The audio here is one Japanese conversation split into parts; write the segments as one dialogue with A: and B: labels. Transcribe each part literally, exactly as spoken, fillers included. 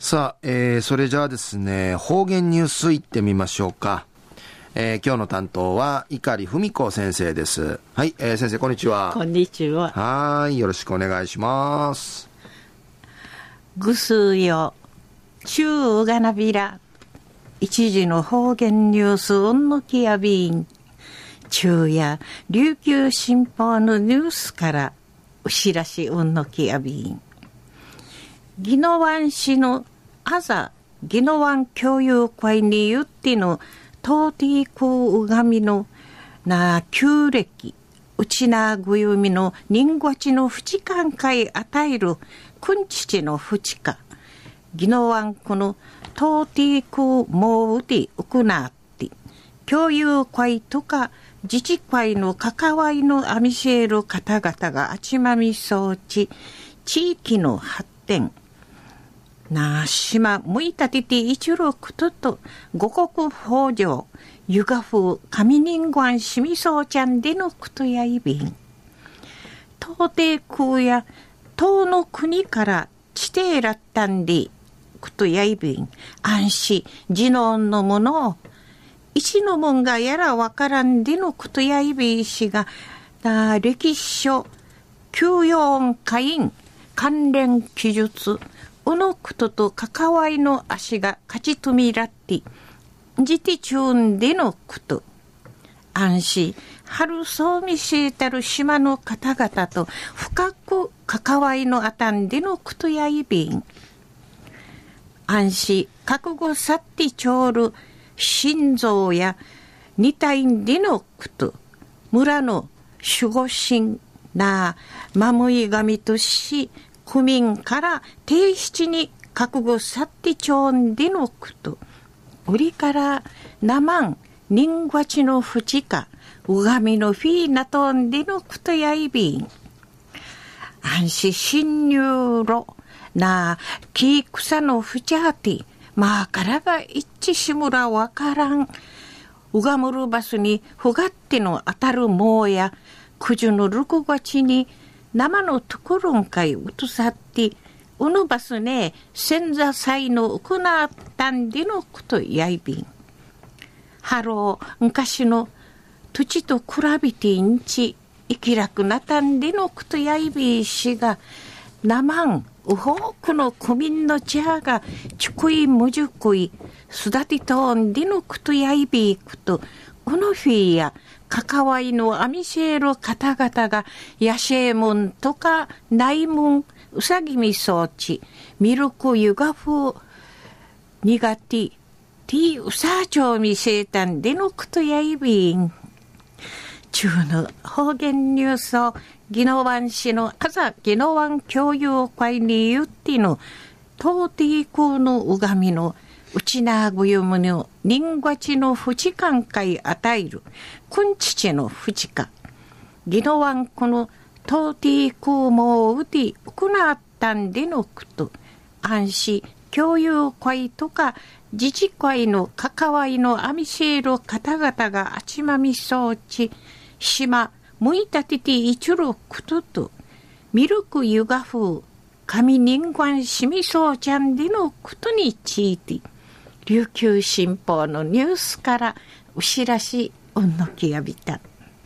A: さあ、えー、それじゃあですね、方言ニュースいってみましょうか。えー、今日の担当は碇文子先生です。はい、えー、先生こんにちは。
B: こんにちは。
A: はい、よろしくお願いします。
B: ぐすよ中がなびら一時の方言ニュースうんのきやびん中や琉球新報のニュースからうしらしうんのきやびん宜野湾市のあざ宜野湾共有会にゆってのトーティークーうがみのな旧暦うちなぐゆみの人ごちのふちかんかい与えるくんちちのふちか宜野湾区のトーティークーもうてうくなって共有会とか自治会の関わりのあみせえる方々があちまみそうち地域の発展なあ島むいたてて一路くとと五穀豊穣ゆがふ上人官しみそうちゃんでのくとやいびん東帝空や東の国から地底らったんでくとやいびん安心地ののものを一のもんがやらわからんでのくとやいびんしがな歴史書休養会員関連記述うのくとと関わりの足が勝ちとみらってじてちゅうんでのくと安心春そうみせたる島の方々と深く関わりのあたんでのくとやいびん安心覚悟さってちょうる心臓や似たいんでのくと村の守護神な守り神とし区民から提出に覚悟さってちょんでのくと売りからなまん人ごちのふちかうがみのフィーなとんでのくとやいびん安心侵入路な木草のふちゃてまあからが一致しむらわからんうがむるバスにふがっての当たるもうやくじゅのるくごちに生のところんかいうとさってうぬバスね先座祭のうくなったんでのことやいびんハロー昔の土地と比べていんち生きらくなたんでのことやいびんしが生んうほくの区民のちゃがちくいむじゅくい育てとんでのことやいびんくとうのフィーや関わりのあみせる方々がやしえもんとかないもんうさぎみそうちミルクゆがふ苦手ティーうさちょうみせいたんでのくとやいびん中の方言ニュースを宜野湾市のあざ宜野湾共有会にゆってのトーティークーのうがみのうちなぐゆむの人ごちのふちかんかい与えるくんちちのふちか宜野湾このトーティークーもうてうくなったんでのくと安心共有会とか自治会の関わりのあみせる方々があちまみそうち島むいたてていちるくととミルクゆがふ上人官しみそうちゃんでのことについて琉球新報のニュースからうしらしうんのきやびた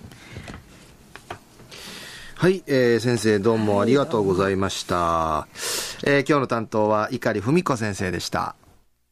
A: はい、えー、先生どうもありがとうございました、はい、えー、今日の担当は碇文子先生でした。